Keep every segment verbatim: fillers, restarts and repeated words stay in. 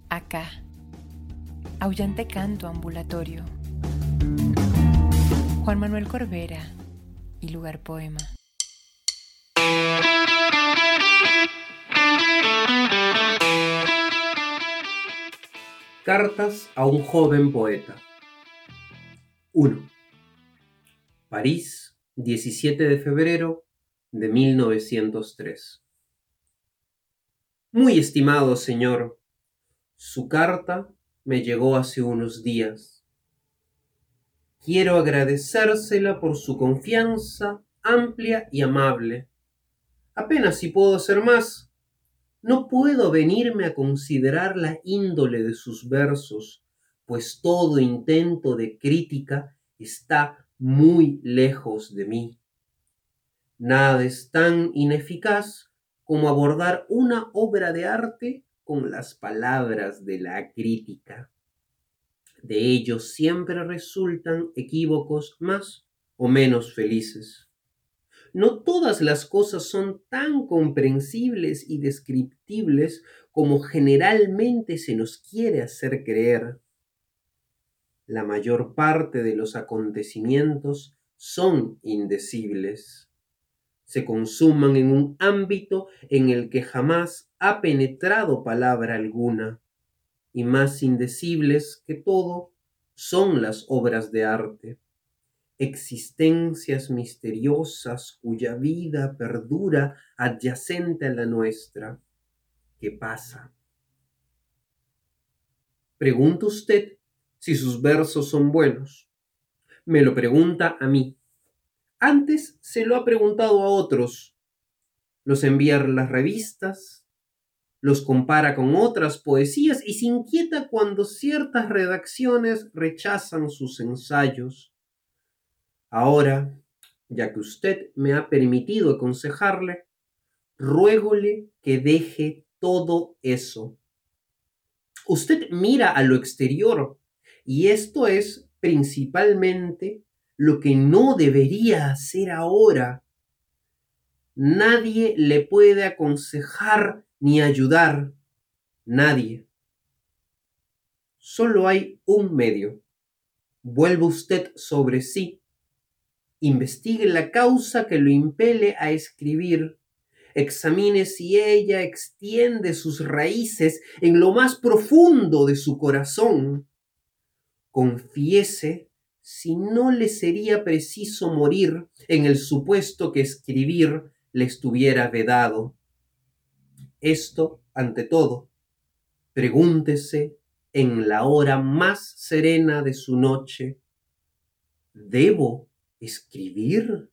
Acá, aullante canto ambulatorio. Juan Manuel Corbera y Lugar Poema. Cartas a un joven poeta. uno. París, diecisiete de febrero de mil novecientos tres. Muy estimado señor, su carta me llegó hace unos días. Quiero agradecérsela por su confianza amplia y amable. Apenas si puedo hacer más. No puedo venirme a considerar la índole de sus versos, pues todo intento de crítica está muy lejos de mí. Nada es tan ineficaz como abordar una obra de arte con las palabras de la crítica. De ello siempre resultan equívocos más o menos felices. No todas las cosas son tan comprensibles y descriptibles como generalmente se nos quiere hacer creer. La mayor parte de los acontecimientos son indecibles. Se consuman en un ámbito en el que jamás ha penetrado palabra alguna, y más indecibles que todo son las obras de arte. Existencias misteriosas cuya vida perdura adyacente a la nuestra. ¿Qué pasa? ¿Pregunta usted si sus versos son buenos? Me lo pregunta a mí. Antes se lo ha preguntado a otros. Los envía a las revistas, los compara con otras poesías y se inquieta cuando ciertas redacciones rechazan sus ensayos. Ahora, ya que usted me ha permitido aconsejarle, ruégole que deje todo eso. Usted mira a lo exterior y esto es principalmente lo que no debería hacer ahora. Nadie le puede aconsejar ni ayudar. Nadie. Solo hay un medio. Vuelva usted sobre sí. Investigue la causa que lo impele a escribir. Examine si ella extiende sus raíces en lo más profundo de su corazón. Confiese si no le sería preciso morir en el supuesto que escribir le estuviera vedado. Esto, ante todo, pregúntese en la hora más serena de su noche. ¿Debo escribir?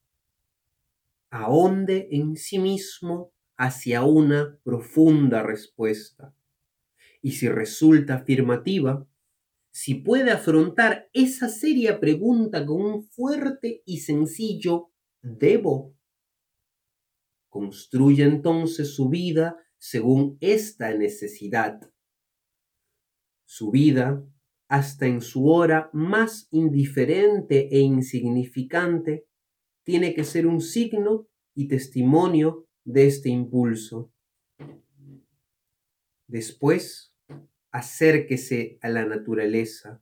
Ahonde en sí mismo hacia una profunda respuesta. Y si resulta afirmativa, si puede afrontar esa seria pregunta con un fuerte y sencillo ¿debo?, construye entonces su vida según esta necesidad. Su vida, hasta en su hora más indiferente e insignificante, tiene que ser un signo y testimonio de este impulso. Después, acérquese a la naturaleza.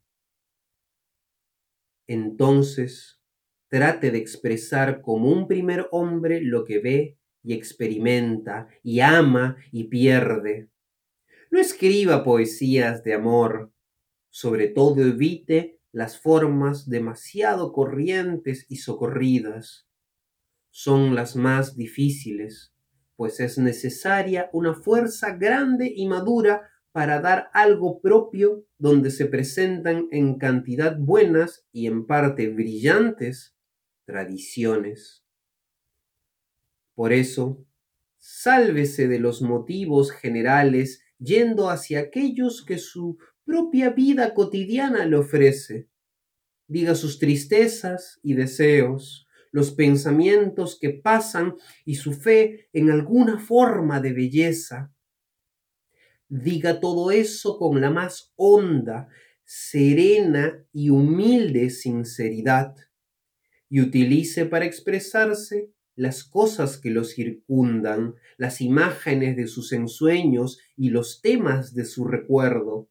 Entonces, trate de expresar como un primer hombre lo que ve y experimenta y ama y pierde. No escriba poesías de amor. Sobre todo evite las formas demasiado corrientes y socorridas. Son las más difíciles, pues es necesaria una fuerza grande y madura para dar algo propio donde se presentan en cantidad buenas y en parte brillantes tradiciones. Por eso, sálvese de los motivos generales yendo hacia aquellos que su propia vida cotidiana le ofrece. Diga sus tristezas y deseos, los pensamientos que pasan y su fe en alguna forma de belleza. Diga todo eso con la más honda, serena y humilde sinceridad y utilice para expresarse las cosas que lo circundan, las imágenes de sus ensueños y los temas de su recuerdo.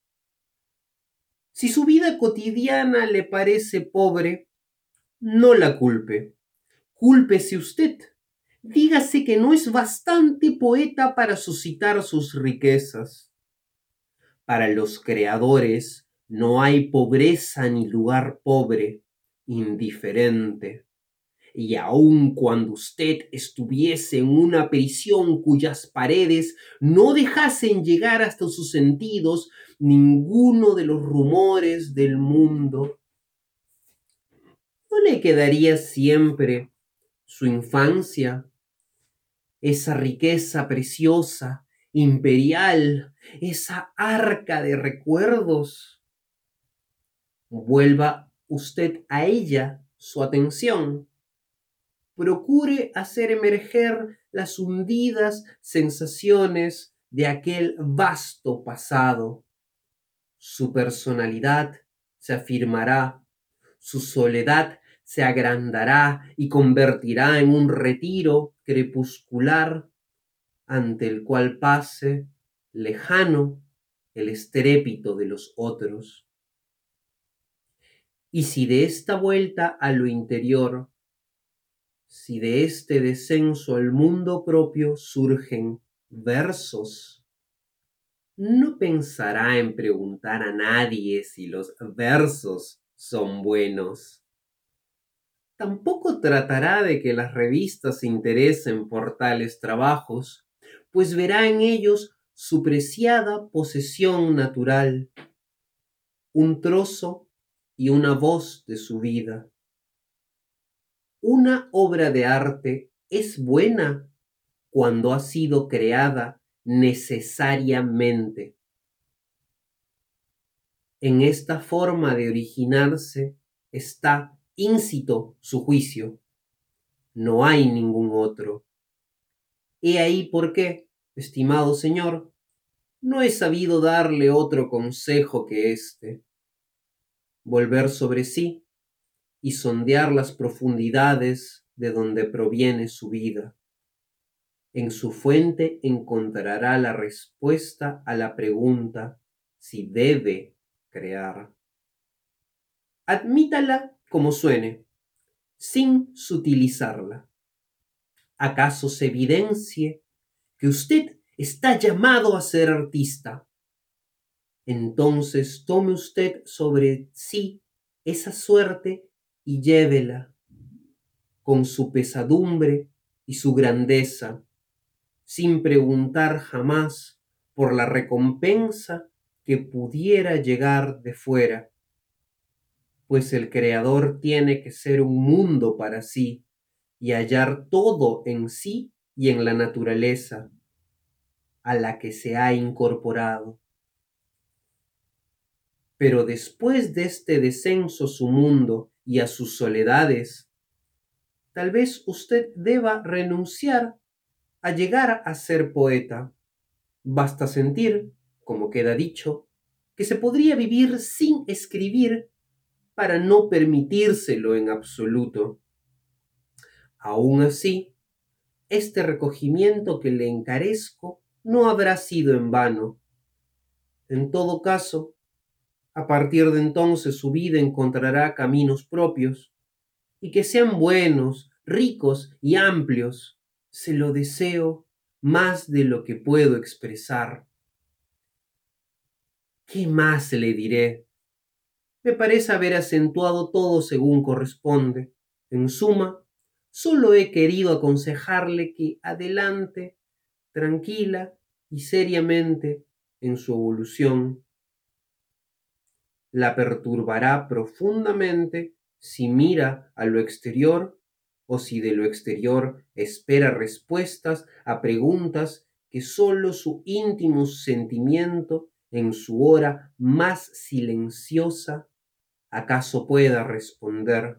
Si su vida cotidiana le parece pobre, no la culpe. Cúlpese usted. Dígase que no es bastante poeta para suscitar sus riquezas. Para los creadores no hay pobreza ni lugar pobre, indiferente. Y aun cuando usted estuviese en una prisión cuyas paredes no dejasen llegar hasta sus sentidos ninguno de los rumores del mundo, ¿no le quedaría siempre su infancia, esa riqueza preciosa, imperial, esa arca de recuerdos? Vuelva usted a ella su atención. Procure hacer emerger las hundidas sensaciones de aquel vasto pasado. Su personalidad se afirmará, su soledad se agrandará y convertirá en un retiro crepuscular ante el cual pase lejano el estrépito de los otros. Y si de esta vuelta a lo interior, si de este descenso al mundo propio surgen versos, no pensará en preguntar a nadie si los versos son buenos. Tampoco tratará de que las revistas se interesen por tales trabajos, pues verá en ellos su preciada posesión natural, un trozo y una voz de su vida. Una obra de arte es buena cuando ha sido creada necesariamente. En esta forma de originarse está íncito su juicio. No hay ningún otro. He ahí por qué, estimado señor, no he sabido darle otro consejo que este. Volver sobre sí y sondear las profundidades de donde proviene su vida. En su fuente encontrará la respuesta a la pregunta si debe crear. Admítala como suene, sin sutilizarla. ¿Acaso se evidencie que usted está llamado a ser artista? Entonces tome usted sobre sí esa suerte y llévela, con su pesadumbre y su grandeza, sin preguntar jamás por la recompensa que pudiera llegar de fuera, pues el Creador tiene que ser un mundo para sí y hallar todo en sí y en la naturaleza a la que se ha incorporado. Pero después de este descenso a su mundo y a sus soledades, tal vez usted deba renunciar a llegar a ser poeta. Basta sentir, como queda dicho, que se podría vivir sin escribir para no permitírselo en absoluto. Aún así, este recogimiento que le encarezco no habrá sido en vano. En todo caso, a partir de entonces su vida encontrará caminos propios, y que sean buenos, ricos y amplios. Se lo deseo más de lo que puedo expresar. ¿Qué más le diré? Me parece haber acentuado todo según corresponde. En suma, solo he querido aconsejarle que adelante, tranquila y seriamente en su evolución. La perturbará profundamente si mira a lo exterior o si de lo exterior espera respuestas a preguntas que sólo su íntimo sentimiento en su hora más silenciosa acaso pueda responder.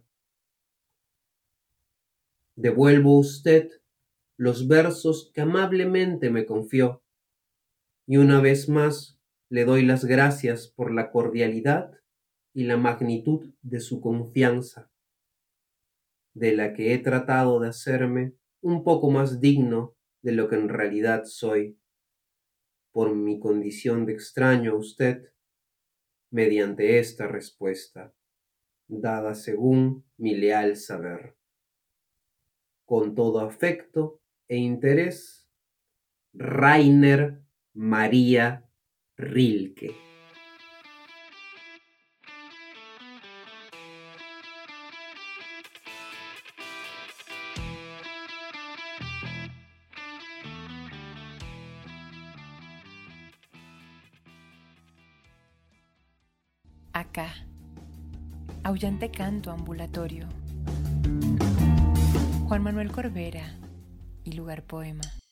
Devuelvo a usted los versos que amablemente me confió y una vez más le doy las gracias por la cordialidad y la magnitud de su confianza. de la que he tratado de hacerme un poco más digno de lo que en realidad soy, por mi condición de extraño a usted, mediante esta respuesta, dada según mi leal saber. Con todo afecto e interés, Rainer María Rilke. Acá, aullante canto ambulatorio. Juan Manuel Corbera y Lugar Poema.